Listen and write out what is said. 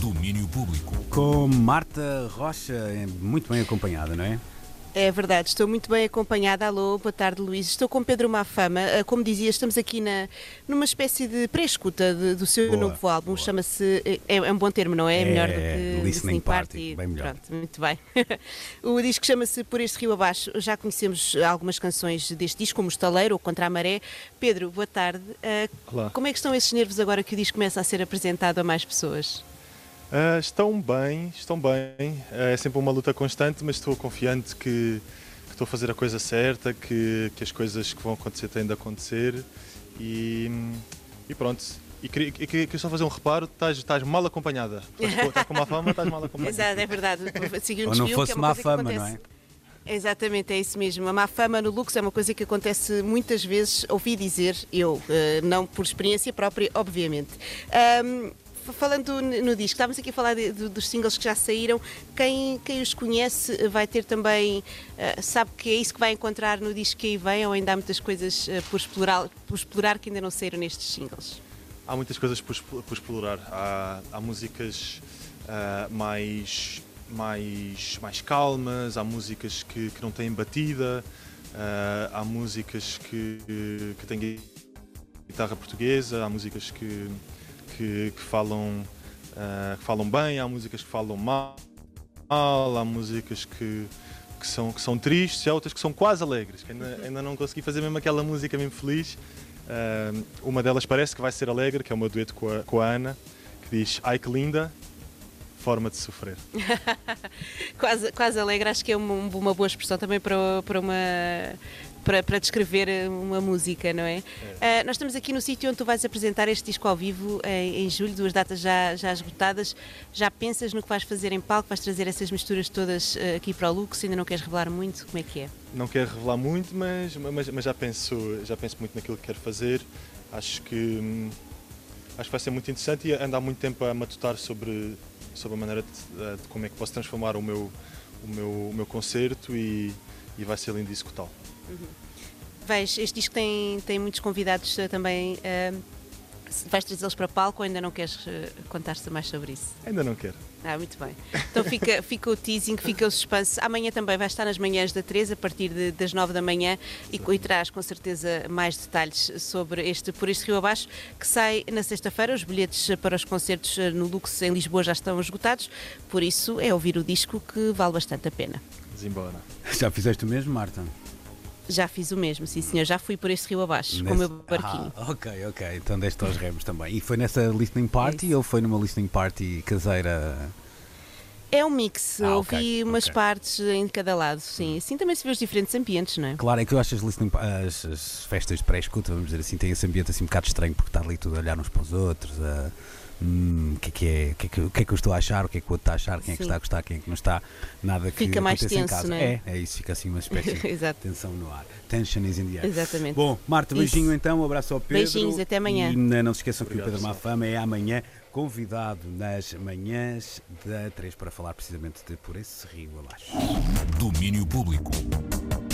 Domínio Público. Com Marta Rocha, muito bem acompanhada, não é? É verdade, estou muito bem acompanhada. Alô, boa tarde, Luís. Estou com Pedro Mafama. Como dizia, estamos aqui numa espécie de pré-escuta do seu novo álbum. Boa. Chama-se. É um bom termo, não é? É Melhor do que Listening Party, bem melhor. Pronto, muito bem. O disco chama-se Por Este Rio Abaixo. Já conhecemos algumas canções deste disco, como o Estaleiro ou Contra a Maré. Pedro, boa tarde. Olá. Como é que estão esses nervos agora que o disco começa a ser apresentado a mais pessoas? Estão bem. É sempre uma luta constante, mas estou confiante que estou a fazer a coisa certa, que as coisas que vão acontecer têm de acontecer e pronto. E queria só fazer um reparo, estás mal acompanhada. Estás com má fama, estás mal acompanhada. Exato, é verdade. Ou não fosse má fama, não é? Exatamente, é isso mesmo. A má fama no Lux é uma coisa que acontece muitas vezes, ouvi dizer, não por experiência própria, obviamente. Falando no disco, estávamos aqui a falar dos singles que já saíram. Quem os conhece vai ter também, sabe que é isso que vai encontrar no disco que aí vem, ou ainda há muitas coisas por explorar que ainda não saíram nestes singles? Há muitas coisas por explorar. Há músicas mais calmas, há músicas que não têm batida, há músicas que têm guitarra portuguesa, há músicas que falam bem, há músicas que falam mal, há músicas que são tristes e há outras que são quase alegres, que ainda não consegui fazer mesmo aquela música mesmo feliz. Uma delas parece que vai ser alegre, que é o meu dueto com a Ana, que diz: "Ai que linda, forma de sofrer." quase alegre, acho que é uma boa expressão também para descrever uma música, não é? Nós estamos aqui no sítio onde tu vais apresentar este disco ao vivo em julho, 2 datas já esgotadas. Já pensas no que vais fazer em palco? Vais trazer essas misturas todas aqui para o Lux? Ainda não queres revelar muito? Como é que é? Não quero revelar muito, mas já penso muito naquilo que quero fazer. Acho que vai ser muito interessante e ando há muito tempo a matutar sobre a maneira de como é que posso transformar o meu concerto e vai ser lindo executá-lo. Este disco tem muitos convidados também. Vais trazê-los para palco ou ainda não queres contar-se mais sobre isso? Ainda não quero. Muito bem. Então fica o teasing, fica o suspense. Amanhã também vai estar nas manhãs da 3, a partir das 9 da manhã, e traz com certeza mais detalhes sobre Por Este Rio Abaixo, que sai na sexta-feira. Os bilhetes para os concertos no Lux em Lisboa já estão esgotados, por isso é ouvir o disco que vale bastante a pena. Embora. Já fizeste o mesmo, Marta? Já fiz o mesmo, sim senhor. Já fui por este rio abaixo, com o meu barquinho. Ok. Então deste aos remos também. E foi nessa listening party ou foi numa listening party caseira? É um mix. Ouvi umas ok. partes em cada lado, sim. Assim também se vê os diferentes ambientes, não é? Claro, é que eu acho as festas de pré-escuta, vamos dizer assim, têm esse ambiente assim um bocado estranho, porque está ali tudo a olhar uns para os outros, o que é que eu estou a achar, o que é que o outro está a achar, quem é que está a gostar, quem é que não está, nada que fica mais aconteça tenso, em casa. não é? É isso, fica assim uma espécie de tensão no ar. Tension is in the air. Exatamente. Bom, Marta, beijinho então, um abraço ao Pedro. Beijinhos, até amanhã. E não se esqueçam que o Pedro Obrigado, Mafama é amanhã convidado nas manhãs da 3 para falar precisamente de Por Esse Rio Abaixo. Domínio Público.